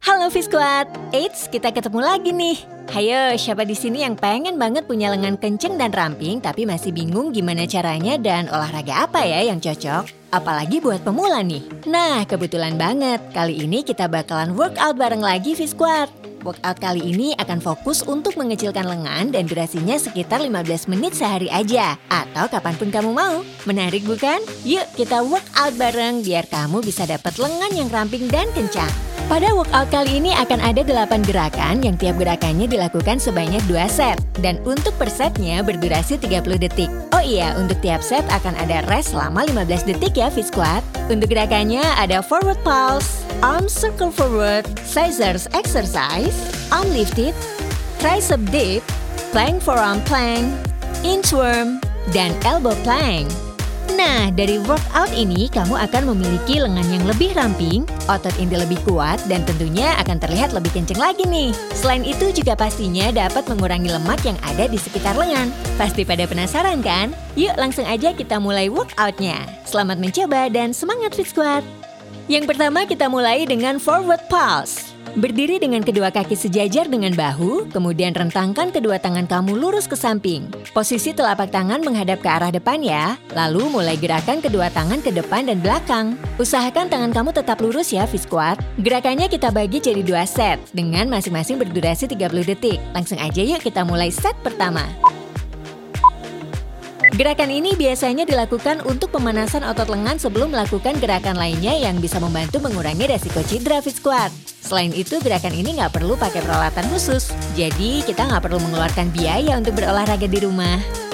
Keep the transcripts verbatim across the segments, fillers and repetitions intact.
Halo Fisquad, Eits, kita ketemu lagi nih. Hayo, siapa di sini yang pengen banget punya lengan kenceng dan ramping tapi masih bingung gimana caranya dan olahraga apa ya yang cocok? Apalagi buat pemula nih. Nah, kebetulan banget. Kali ini kita bakalan workout bareng lagi Fisquad. Workout kali ini akan fokus untuk mengecilkan lengan dan durasinya sekitar lima belas menit sehari aja. Atau kapanpun kamu mau. Menarik bukan? Yuk kita workout bareng biar kamu bisa dapat lengan yang ramping dan kencang. Pada workout kali ini akan ada delapan gerakan yang tiap gerakannya dilakukan sebanyak dua set. Dan untuk per setnya berdurasi tiga puluh detik. Oh iya, untuk tiap set akan ada rest selama lima belas detik ya Fisquad. Untuk gerakannya ada forward pulse, arm circle forward, scissors exercise, arm lifted, tricep dip, plank forearm plank, inchworm, dan elbow plank. Nah, dari workout ini kamu akan memiliki lengan yang lebih ramping, otot inti lebih kuat, dan tentunya akan terlihat lebih kenceng lagi nih. Selain itu juga pastinya dapat mengurangi lemak yang ada di sekitar lengan. Pasti pada penasaran kan? Yuk langsung aja kita mulai workoutnya. Selamat mencoba dan semangat Fisquad! Yang pertama kita mulai dengan forward pulse. Berdiri dengan kedua kaki sejajar dengan bahu, kemudian rentangkan kedua tangan kamu lurus ke samping. Posisi telapak tangan menghadap ke arah depan ya. Lalu mulai gerakan kedua tangan ke depan dan belakang. Usahakan tangan kamu tetap lurus ya Fisquad. Gerakannya kita bagi jadi dua set, dengan masing-masing berdurasi tiga puluh detik. Langsung aja yuk kita mulai set pertama. Gerakan ini biasanya dilakukan untuk pemanasan otot lengan sebelum melakukan gerakan lainnya yang bisa membantu mengurangi resiko cedera Fisquad. Selain itu, gerakan ini nggak perlu pakai peralatan khusus. Jadi, kita nggak perlu mengeluarkan biaya untuk berolahraga di rumah.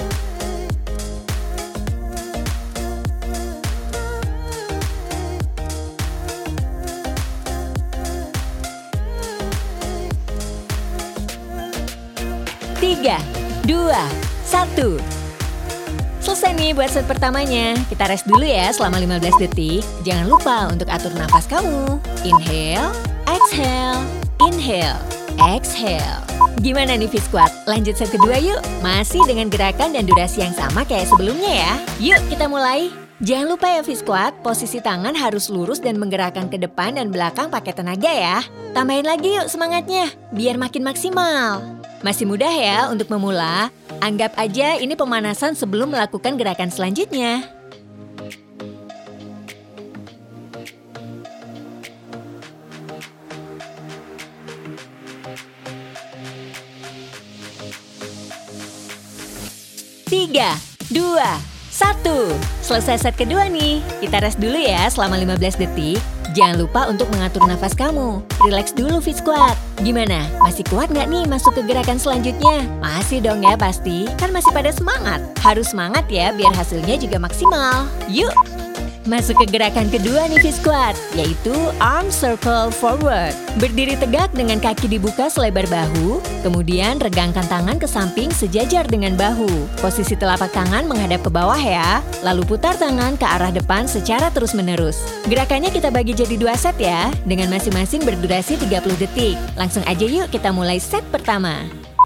Tiga, dua, satu. Selesai nih buat set pertamanya. Kita rest dulu ya selama lima belas detik. Jangan lupa untuk atur nafas kamu. Inhale, exhale, inhale, exhale. Gimana nih Fisquad? Lanjut set kedua yuk. Masih dengan gerakan dan durasi yang sama kayak sebelumnya ya. Yuk kita mulai. Jangan lupa ya Fisquad, posisi tangan harus lurus dan menggerakkan ke depan dan belakang pakai tenaga ya. Tambahin lagi yuk semangatnya, biar makin maksimal. Masih mudah ya untuk memula. Anggap aja ini pemanasan sebelum melakukan gerakan selanjutnya. Tiga, dua, satu. Selesai set kedua nih. Kita rest dulu ya selama lima belas detik. Jangan lupa untuk mengatur nafas kamu. Relax dulu Fisquad. Gimana? Masih kuat nggak nih masuk ke gerakan selanjutnya? Masih dong ya pasti. Kan masih pada semangat. Harus semangat ya biar hasilnya juga maksimal. Yuk! Masuk ke gerakan kedua nih Fisquad, yaitu arm circle forward. Berdiri tegak dengan kaki dibuka selebar bahu, kemudian regangkan tangan ke samping sejajar dengan bahu. Posisi telapak tangan menghadap ke bawah ya, lalu putar tangan ke arah depan secara terus-menerus. Gerakannya kita bagi jadi dua set ya, dengan masing-masing berdurasi tiga puluh detik. Langsung aja yuk kita mulai set pertama.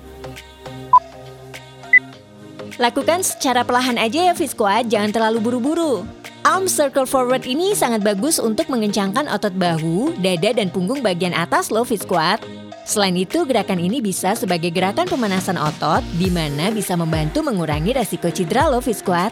Lakukan secara perlahan aja ya Fisquad, jangan terlalu buru-buru. Arm circle forward ini sangat bagus untuk mengencangkan otot bahu, dada, dan punggung bagian atas loh Fisquad. Selain itu, gerakan ini bisa sebagai gerakan pemanasan otot, di mana bisa membantu mengurangi resiko cedera loh Fisquad.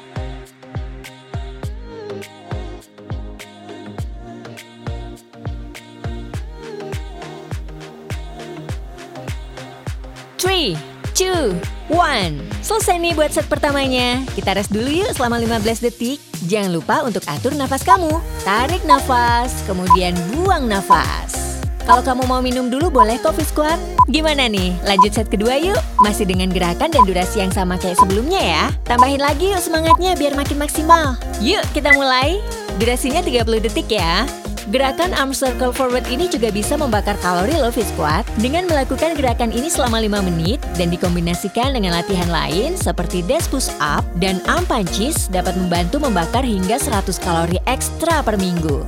Three, two, one. Selesai nih buat set pertamanya. Kita rest dulu yuk selama lima belas detik. Jangan lupa untuk atur nafas kamu. Tarik nafas, kemudian buang nafas. Kalau kamu mau minum dulu boleh kok Fisquad. Gimana nih? Lanjut set kedua yuk. Masih dengan gerakan dan durasi yang sama kayak sebelumnya ya. Tambahin lagi yuk semangatnya biar makin maksimal. Yuk kita mulai. Durasinya tiga puluh detik ya. Gerakan arm circle forward ini juga bisa membakar kalori loh Fisquad. Dengan melakukan gerakan ini selama lima menit dan dikombinasikan dengan latihan lain seperti desk push up dan arm punches dapat membantu membakar hingga seratus kalori ekstra per minggu.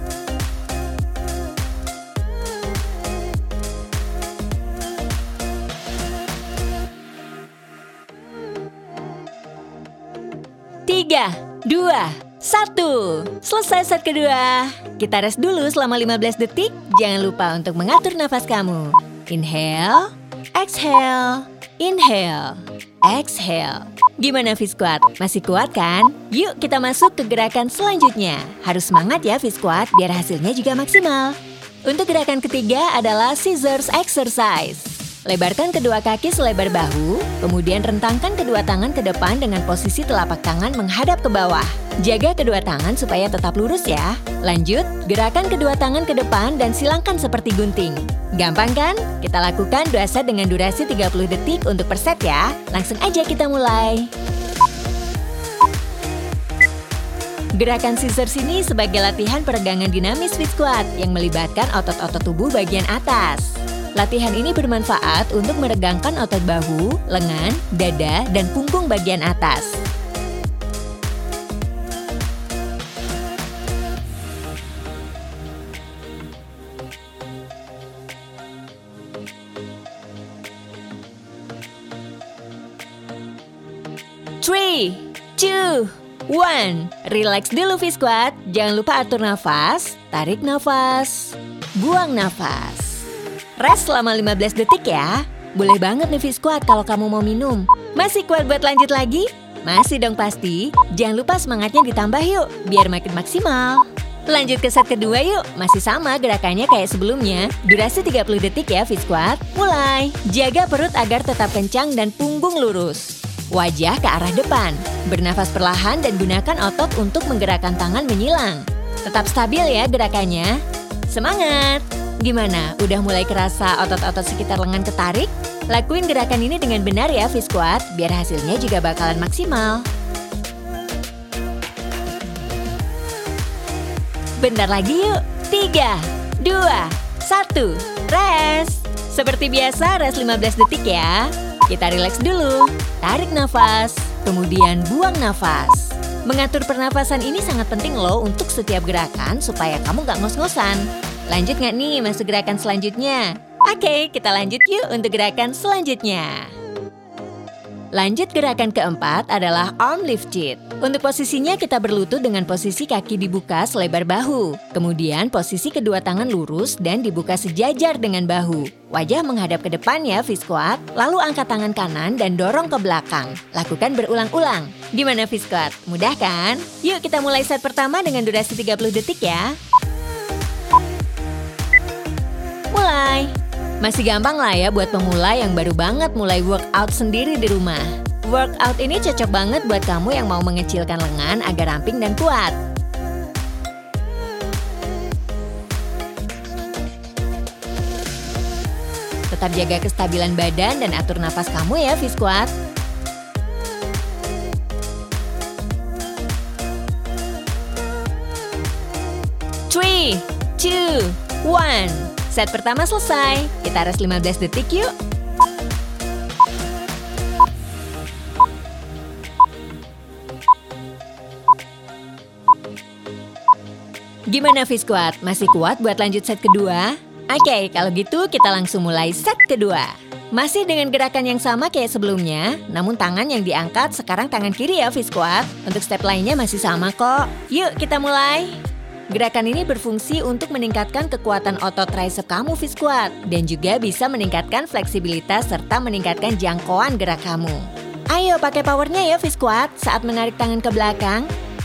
Tiga, dua, satu. Selesai set kedua. Kita rest dulu selama lima belas detik. Jangan lupa untuk mengatur nafas kamu. Inhale, exhale, inhale, exhale. Gimana V-Squad? Masih kuat kan? Yuk kita masuk ke gerakan selanjutnya. Harus semangat ya V-Squad biar hasilnya juga maksimal. Untuk gerakan ketiga adalah scissors exercise. Lebarkan kedua kaki selebar bahu, kemudian rentangkan kedua tangan ke depan dengan posisi telapak tangan menghadap ke bawah. Jaga kedua tangan supaya tetap lurus ya. Lanjut, gerakan kedua tangan ke depan dan silangkan seperti gunting. Gampang kan? Kita lakukan dua set dengan durasi tiga puluh detik untuk per set ya. Langsung aja kita mulai. Gerakan scissors ini sebagai latihan peregangan dinamis V-Squad yang melibatkan otot-otot tubuh bagian atas. Latihan ini bermanfaat untuk meregangkan otot bahu, lengan, dada, dan punggung bagian atas. three, two, one. Relax dulu V-Squad. Jangan lupa atur nafas, tarik nafas, buang nafas. Rest selama lima belas detik ya. Boleh banget nih V-Squad kalau kamu mau minum. Masih kuat buat lanjut lagi? Masih dong pasti. Jangan lupa semangatnya ditambah yuk, biar makin maksimal. Lanjut ke set kedua yuk. Masih sama gerakannya kayak sebelumnya. Durasi tiga puluh detik ya V-Squad. Mulai. Jaga perut agar tetap kencang dan punggung lurus. Wajah ke arah depan. Bernafas perlahan dan gunakan otot untuk menggerakkan tangan menyilang. Tetap stabil ya gerakannya. Semangat! Gimana? Udah mulai kerasa otot-otot sekitar lengan ketarik? Lakuin gerakan ini dengan benar ya V-Squad, biar hasilnya juga bakalan maksimal. Bentar lagi yuk. tiga, dua, satu, rest. Seperti biasa, rest lima belas detik ya. Kita rileks dulu. Tarik nafas, kemudian buang nafas. Mengatur pernafasan ini sangat penting loh untuk setiap gerakan supaya kamu nggak ngos-ngosan. Lanjut nggak nih masuk gerakan selanjutnya? Oke, kita lanjut yuk untuk gerakan selanjutnya. Lanjut gerakan keempat adalah arm lift it. Untuk posisinya kita berlutut dengan posisi kaki dibuka selebar bahu. Kemudian posisi kedua tangan lurus dan dibuka sejajar dengan bahu. Wajah menghadap ke depan ya V-Squad. Lalu angkat tangan kanan dan dorong ke belakang. Lakukan berulang-ulang. Gimana V-Squad? Mudah kan? Yuk kita mulai set pertama dengan durasi tiga puluh detik ya. Mulai. Masih gampang lah ya buat pemula yang baru banget mulai workout sendiri di rumah. Workout ini cocok banget buat kamu yang mau mengecilkan lengan agar ramping dan kuat. Tetap jaga kestabilan badan dan atur nafas kamu ya V-Squad. three, two, one. Set pertama selesai. Kita rest lima belas detik yuk. Gimana V-Squad? Masih kuat buat lanjut set kedua? Oke, kalau gitu kita langsung mulai set kedua. Masih dengan gerakan yang sama kayak sebelumnya, namun tangan yang diangkat sekarang tangan kiri ya V-Squad. Untuk step lainnya masih sama kok. Yuk kita mulai. Gerakan ini berfungsi untuk meningkatkan kekuatan otot tricep kamu V-Squad dan juga bisa meningkatkan fleksibilitas serta meningkatkan jangkauan gerak kamu. Ayo pakai powernya ya V-Squad saat menarik tangan ke belakang.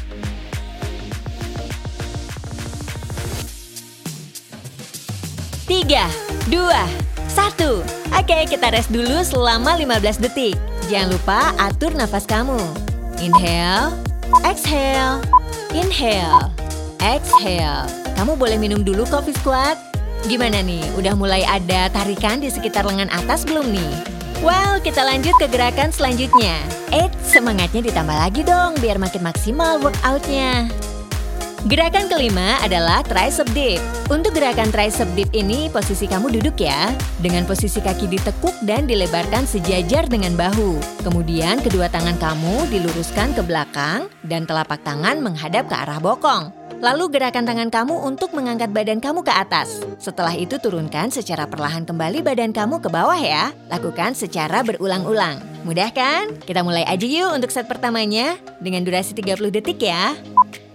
tiga, dua, satu. Oke, kita rest dulu selama lima belas detik. Jangan lupa atur nafas kamu. Inhale, exhale, inhale. Exhale. Kamu boleh minum dulu kok V-Squad. Gimana nih? Udah mulai ada tarikan di sekitar lengan atas belum nih? Well, kita lanjut ke gerakan selanjutnya. Eh, semangatnya ditambah lagi dong biar makin maksimal workoutnya. Gerakan kelima adalah tricep dip. Untuk gerakan tricep dip ini, posisi kamu duduk ya. Dengan posisi kaki ditekuk dan dilebarkan sejajar dengan bahu. Kemudian kedua tangan kamu diluruskan ke belakang dan telapak tangan menghadap ke arah bokong. Lalu gerakan tangan kamu untuk mengangkat badan kamu ke atas. Setelah itu turunkan secara perlahan kembali badan kamu ke bawah ya. Lakukan secara berulang-ulang. Mudah kan? Kita mulai aja yuk untuk set pertamanya dengan durasi tiga puluh detik ya.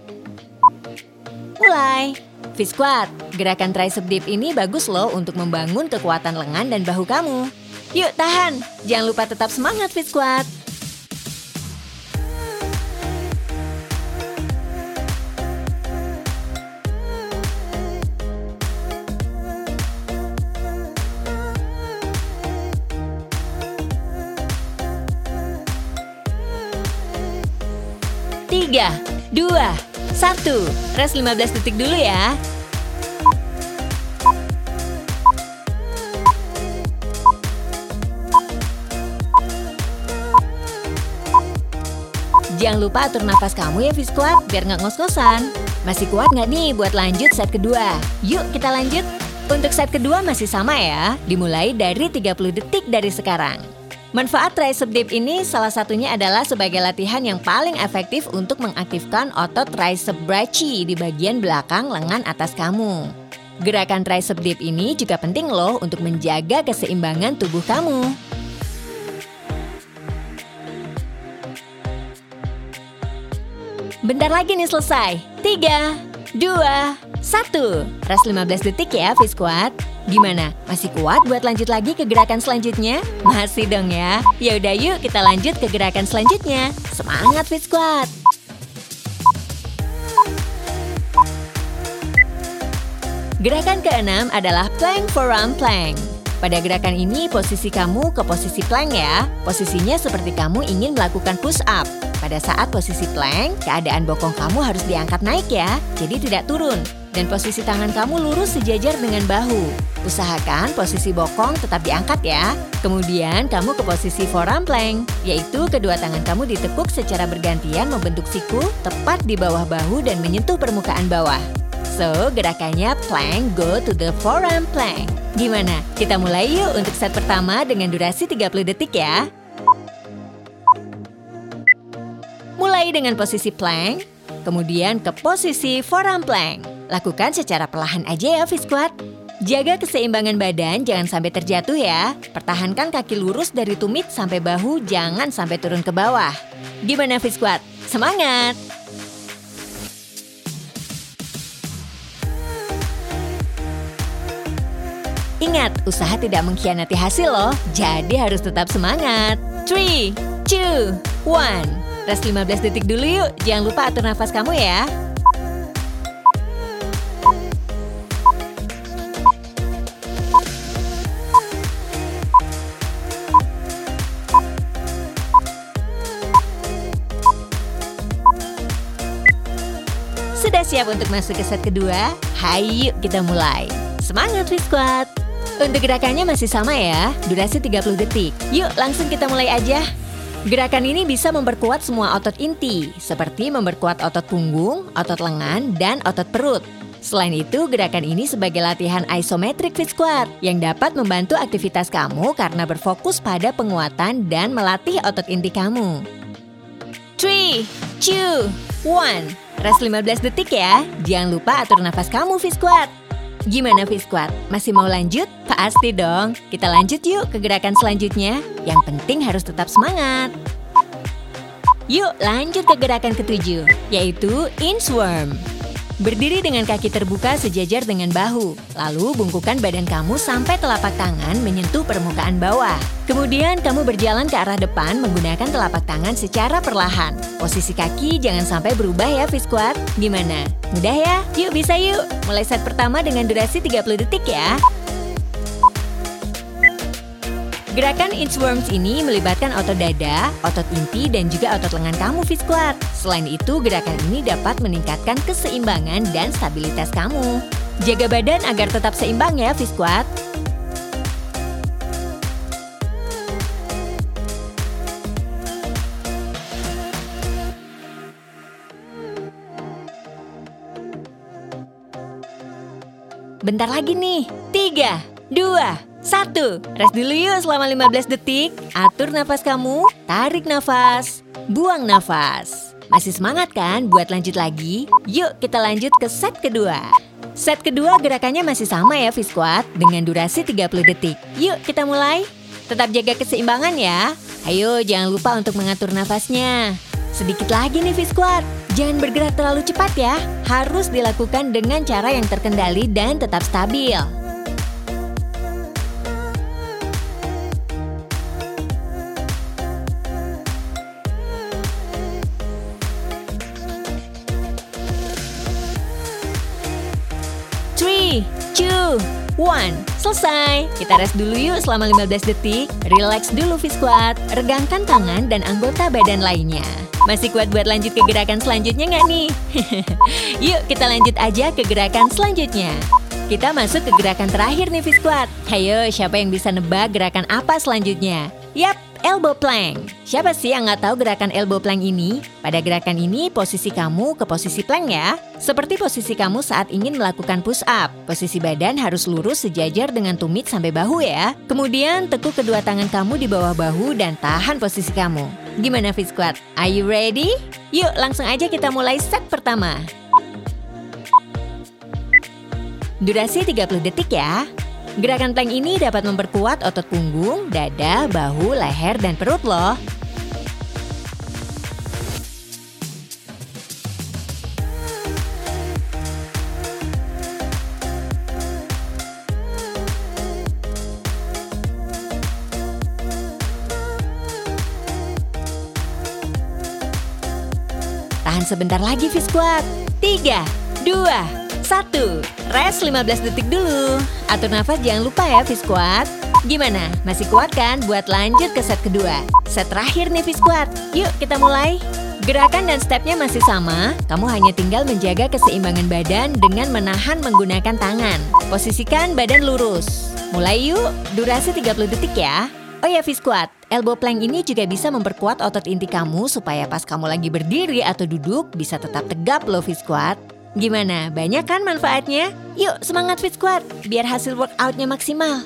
mulai. V-squat, gerakan tricep dip ini bagus loh untuk membangun kekuatan lengan dan bahu kamu. Yuk tahan, jangan lupa tetap semangat V-squat. Tiga, dua, satu. Rest lima belas detik dulu ya. Jangan lupa atur nafas kamu ya V-squat, biar nggak ngos-ngosan. Masih kuat nggak nih buat lanjut set kedua? Yuk kita lanjut. Untuk set kedua masih sama ya, dimulai dari tiga puluh detik dari sekarang. Manfaat tricep dip ini salah satunya adalah sebagai latihan yang paling efektif untuk mengaktifkan otot tricep brachii di bagian belakang lengan atas kamu. Gerakan tricep dip ini juga penting loh untuk menjaga keseimbangan tubuh kamu. Bentar lagi nih selesai. Tiga, dua, satu. Rest lima belas detik ya V-squat. Gimana? Masih kuat buat lanjut lagi ke gerakan selanjutnya? Masih dong ya. Ya udah yuk kita lanjut ke gerakan selanjutnya. Semangat V-squat. Gerakan keenam adalah plank forearm plank. Pada gerakan ini posisi kamu ke posisi plank ya. Posisinya seperti kamu ingin melakukan push up. Pada saat posisi plank, keadaan bokong kamu harus diangkat naik ya, jadi tidak turun. Dan posisi tangan kamu lurus sejajar dengan bahu. Usahakan posisi bokong tetap diangkat ya. Kemudian kamu ke posisi forearm plank, yaitu kedua tangan kamu ditekuk secara bergantian membentuk siku tepat di bawah bahu dan menyentuh permukaan bawah. So, gerakannya plank go to the forearm plank. Gimana? Kita mulai yuk untuk set pertama dengan durasi tiga puluh detik ya. Mulai dengan posisi plank, kemudian ke posisi forearm plank. Lakukan secara perlahan aja ya V-squat. Jaga keseimbangan badan, jangan sampai terjatuh ya. Pertahankan kaki lurus dari tumit sampai bahu, jangan sampai turun ke bawah. Gimana V-squat? Semangat! Ingat, usaha tidak mengkhianati hasil loh, jadi harus tetap semangat. three, two, one. Rest lima belas detik dulu yuk, jangan lupa atur nafas kamu ya. Sudah siap untuk masuk ke set kedua? Hayu kita mulai. Semangat V-squat! Untuk gerakannya masih sama ya, durasi tiga puluh detik. Yuk langsung kita mulai aja. Gerakan ini bisa memperkuat semua otot inti, seperti memperkuat otot punggung, otot lengan, dan otot perut. Selain itu, gerakan ini sebagai latihan isometric V-squat yang dapat membantu aktivitas kamu karena berfokus pada penguatan dan melatih otot inti kamu. three, two, one. Rest lima belas detik ya. Jangan lupa atur nafas kamu V-squat. Gimana V-squat? Masih mau lanjut? Pasti dong. Kita lanjut yuk ke gerakan selanjutnya. Yang penting harus tetap semangat. Yuk lanjut ke gerakan ketujuh, yaitu inchworm. Berdiri dengan kaki terbuka sejajar dengan bahu. Lalu bungkukkan badan kamu sampai telapak tangan menyentuh permukaan bawah. Kemudian kamu berjalan ke arah depan menggunakan telapak tangan secara perlahan. Posisi kaki jangan sampai berubah ya V-squat. Gimana? Mudah ya? Yuk bisa yuk. Mulai set pertama dengan durasi tiga puluh detik ya. Gerakan inchworms ini melibatkan otot dada, otot inti, dan juga otot lengan kamu V-squat. Selain itu, gerakan ini dapat meningkatkan keseimbangan dan stabilitas kamu. Jaga badan agar tetap seimbang ya V-squat. Bentar lagi nih. Tiga, dua, satu. Rest dulu yuk selama lima belas detik. Atur nafas kamu, tarik nafas, buang nafas. Masih semangat kan buat lanjut lagi? Yuk kita lanjut ke set kedua. Set kedua gerakannya masih sama ya V-squat dengan durasi tiga puluh detik. Yuk kita mulai. Tetap jaga keseimbangan ya. Ayo jangan lupa untuk mengatur nafasnya. Sedikit lagi nih V-squat. Jangan bergerak terlalu cepat ya, harus dilakukan dengan cara yang terkendali dan tetap stabil. three, two, one, selesai. Kita rest dulu yuk selama lima belas detik. Relax dulu V-Squad. Regangkan tangan dan anggota badan lainnya. Masih kuat buat lanjut ke gerakan selanjutnya nggak nih? Yuk kita lanjut aja ke gerakan selanjutnya. Kita masuk ke gerakan terakhir nih V-Squad. Hayo, siapa yang bisa nebak gerakan apa selanjutnya? Yap, elbow plank. Siapa sih yang nggak tahu gerakan elbow plank ini? Pada gerakan ini, posisi kamu ke posisi plank ya. Seperti posisi kamu saat ingin melakukan push up. Posisi badan harus lurus sejajar dengan tumit sampai bahu ya. Kemudian tekuk kedua tangan kamu di bawah bahu dan tahan posisi kamu. Gimana V-Squad? Are you ready? Yuk langsung aja kita mulai set pertama. Durasi tiga puluh detik ya. Gerakan plank ini dapat memperkuat otot punggung, dada, bahu, leher, dan perut loh. Tahan sebentar lagi V-Squad. tiga, dua, satu. Rest lima belas detik dulu. Atur nafas jangan lupa ya V-Squad. Gimana? Masih kuat kan buat lanjut ke set kedua? Set terakhir nih V-Squad. Yuk kita mulai. Gerakan dan stepnya masih sama. Kamu hanya tinggal menjaga keseimbangan badan dengan menahan menggunakan tangan. Posisikan badan lurus. Mulai yuk. Durasi tiga puluh detik ya. Oh ya V-Squad, elbow plank ini juga bisa memperkuat otot inti kamu supaya pas kamu lagi berdiri atau duduk bisa tetap tegap loh V-Squad. Gimana? Banyak kan manfaatnya? Yuk semangat V-Squad, biar hasil workoutnya maksimal.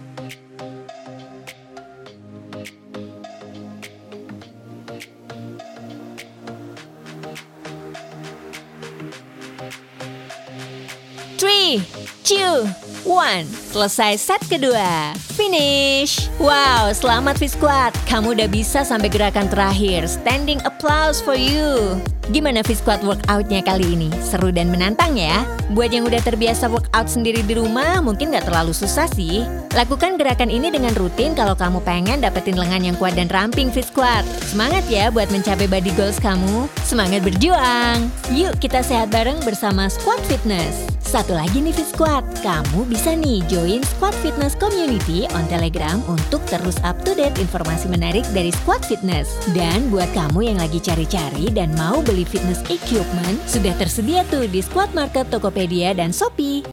three, two, one. Selesai set kedua. Finish. Wow, selamat V-Squad. Kamu udah bisa sampai gerakan terakhir. Standing applause for you. Gimana V-Squad workoutnya kali ini? Seru dan menantang ya? Buat yang udah terbiasa workout sendiri di rumah, mungkin gak terlalu susah sih. Lakukan gerakan ini dengan rutin kalau kamu pengen dapetin lengan yang kuat dan ramping V-Squad. Semangat ya buat mencapai body goals kamu. Semangat berjuang. Yuk kita sehat bareng bersama Squad Fitness. Satu lagi nih V-Squad, kamu bisa nih join Squad Fitness Community on Telegram untuk terus up to date informasi menarik dari Squad Fitness. Dan buat kamu yang lagi cari-cari dan mau beli fitness equipment, sudah tersedia tuh di Squad Market, Tokopedia, dan Shopee.